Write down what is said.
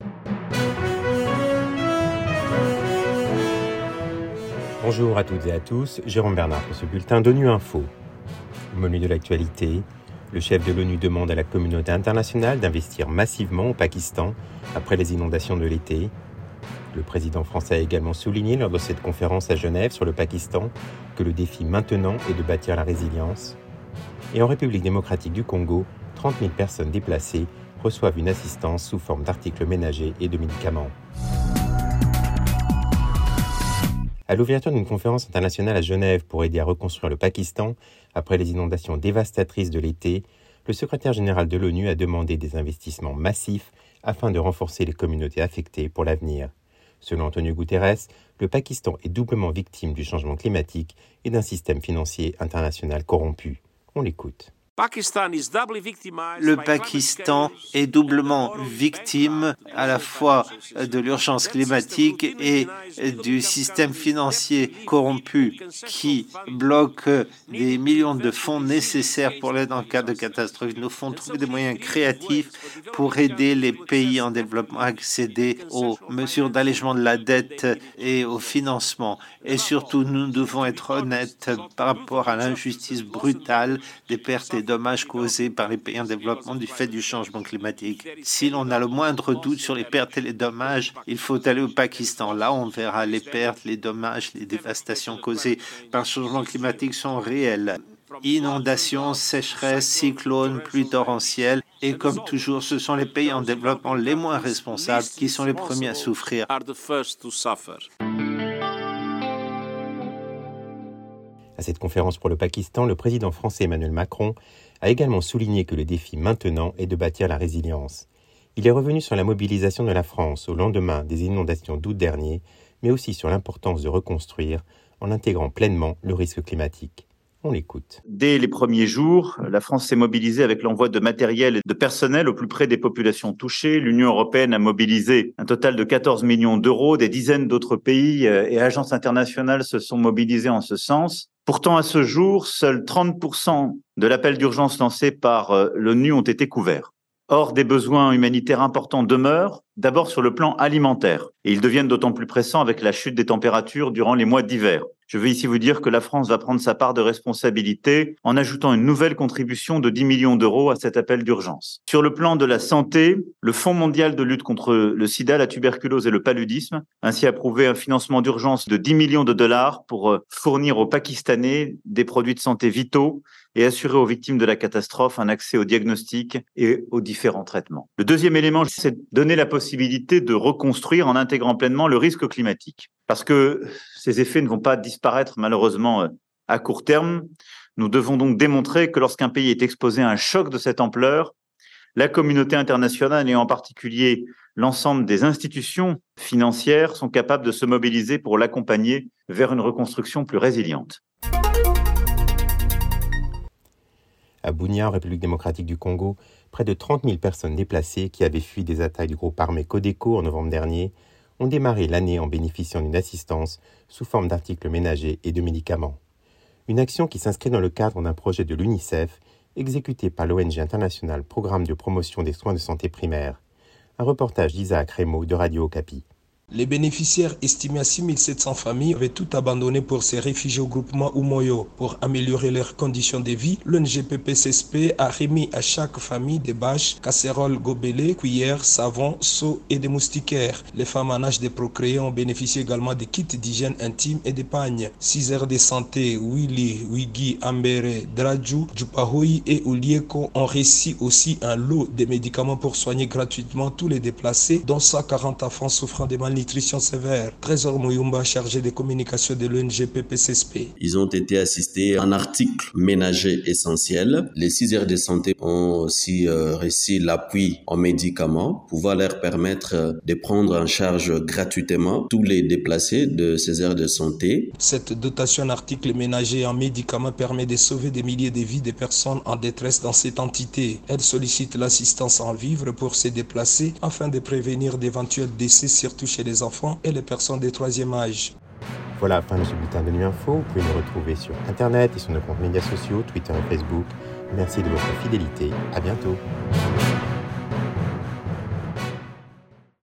Bonjour à toutes et à tous, Jérôme Bernard pour ce bulletin d'ONU Info. Au menu de l'actualité, le chef de l'ONU demande à la communauté internationale d'investir massivement au Pakistan après les inondations de l'été. Le président français a également souligné lors de cette conférence à Genève sur le Pakistan que le défi maintenant est de bâtir la résilience. Et en République démocratique du Congo, 30 000 personnes déplacées reçoivent une assistance sous forme d'articles ménagers et de médicaments. À l'ouverture d'une conférence internationale à Genève pour aider à reconstruire le Pakistan après les inondations dévastatrices de l'été, le secrétaire général de l'ONU a demandé des investissements massifs afin de renforcer les communautés affectées pour l'avenir. Selon Antonio Guterres, le Pakistan est doublement victime du changement climatique et d'un système financier international corrompu. On l'écoute. Le Pakistan est doublement victime à la fois de l'urgence climatique et du système financier corrompu qui bloque des millions de fonds nécessaires pour l'aide en cas de catastrophe. Nous devons trouver des moyens créatifs pour aider les pays en développement à accéder aux mesures d'allègement de la dette et au financement. Et surtout, nous devons être honnêtes par rapport à l'injustice brutale des pertes et dommages causés par les pays en développement du fait du changement climatique. Si l'on a le moindre doute sur les pertes et les dommages, il faut aller au Pakistan. Là, on verra les pertes, les dommages, les dévastations causées par le changement climatique sont réelles. Inondations, sécheresses, cyclones, pluies torrentielles. Et comme toujours, ce sont les pays en développement les moins responsables qui sont les premiers à souffrir. À cette conférence pour le Pakistan, le président français Emmanuel Macron a également souligné que le défi maintenant est de bâtir la résilience. Il est revenu sur la mobilisation de la France au lendemain des inondations d'août dernier, mais aussi sur l'importance de reconstruire en intégrant pleinement le risque climatique. On l'écoute. Dès les premiers jours, la France s'est mobilisée avec l'envoi de matériel et de personnel au plus près des populations touchées. L'Union européenne a mobilisé un total de 14 millions d'euros. Des dizaines d'autres pays et agences internationales se sont mobilisés en ce sens. Pourtant, à ce jour, seuls 30% de l'appel d'urgence lancé par l'ONU ont été couverts. Or, des besoins humanitaires importants demeurent, d'abord sur le plan alimentaire. Et ils deviennent d'autant plus pressants avec la chute des températures durant les mois d'hiver. Je veux ici vous dire que la France va prendre sa part de responsabilité en ajoutant une nouvelle contribution de 10 millions d'euros à cet appel d'urgence. Sur le plan de la santé, le Fonds mondial de lutte contre le sida, la tuberculose et le paludisme a ainsi approuvé un financement d'urgence de 10 millions de dollars pour fournir aux Pakistanais des produits de santé vitaux et assurer aux victimes de la catastrophe un accès au diagnostic et aux différents traitements. Le deuxième élément, c'est donner la possibilité de reconstruire en intégrant pleinement le risque climatique. Parce que ces effets ne vont pas disparaître malheureusement à court terme. Nous devons donc démontrer que lorsqu'un pays est exposé à un choc de cette ampleur, la communauté internationale et en particulier l'ensemble des institutions financières sont capables de se mobiliser pour l'accompagner vers une reconstruction plus résiliente. À Bunia, en République démocratique du Congo, près de 30 000 personnes déplacées qui avaient fui des attaques du groupe armé Codeco en novembre dernier ont démarré l'année en bénéficiant d'une assistance sous forme d'articles ménagers et de médicaments. Une action qui s'inscrit dans le cadre d'un projet de l'UNICEF exécuté par l'ONG internationale Programme de promotion des soins de santé primaire. Un reportage d'Isaac Rémo de Radio Okapi. Les bénéficiaires estimés à 6 700 familles avaient tout abandonné pour se réfugier au groupement Umoyo. Pour améliorer leurs conditions de vie, l'ONG PPCSP a remis à chaque famille des bâches, casseroles, gobelets, cuillères, savons, seaux et des moustiquaires. Les femmes en âge de procréer ont bénéficié également des kits d'hygiène intime et des pagnes. 6 heures de santé, Willy, Wigi, Ambere, Draju, Jupahoui et Ulieko ont reçu aussi un lot de médicaments pour soigner gratuitement tous les déplacés, dont 140 enfants souffrant de malnutrition sévère. Trésor Mouyumba, chargé des communications de l'ONG PPCSP. Ils ont été assistés en articles ménagers essentiels. Les 6 heures de santé ont aussi reçu l'appui en médicaments, pouvoir leur permettre de prendre en charge gratuitement tous les déplacés de ces heures de santé. Cette dotation en articles ménagers et en médicaments permet de sauver des milliers de vies de personnes en détresse dans cette entité. Elle sollicite l'assistance en vivres pour ces déplacés afin de prévenir d'éventuels décès, surtout chez les enfants et les personnes de troisième âge. Voilà la fin de ce bulletin d'ONU Info. Vous pouvez nous retrouver sur Internet et sur nos comptes médias sociaux, Twitter et Facebook. Merci de votre fidélité. À bientôt.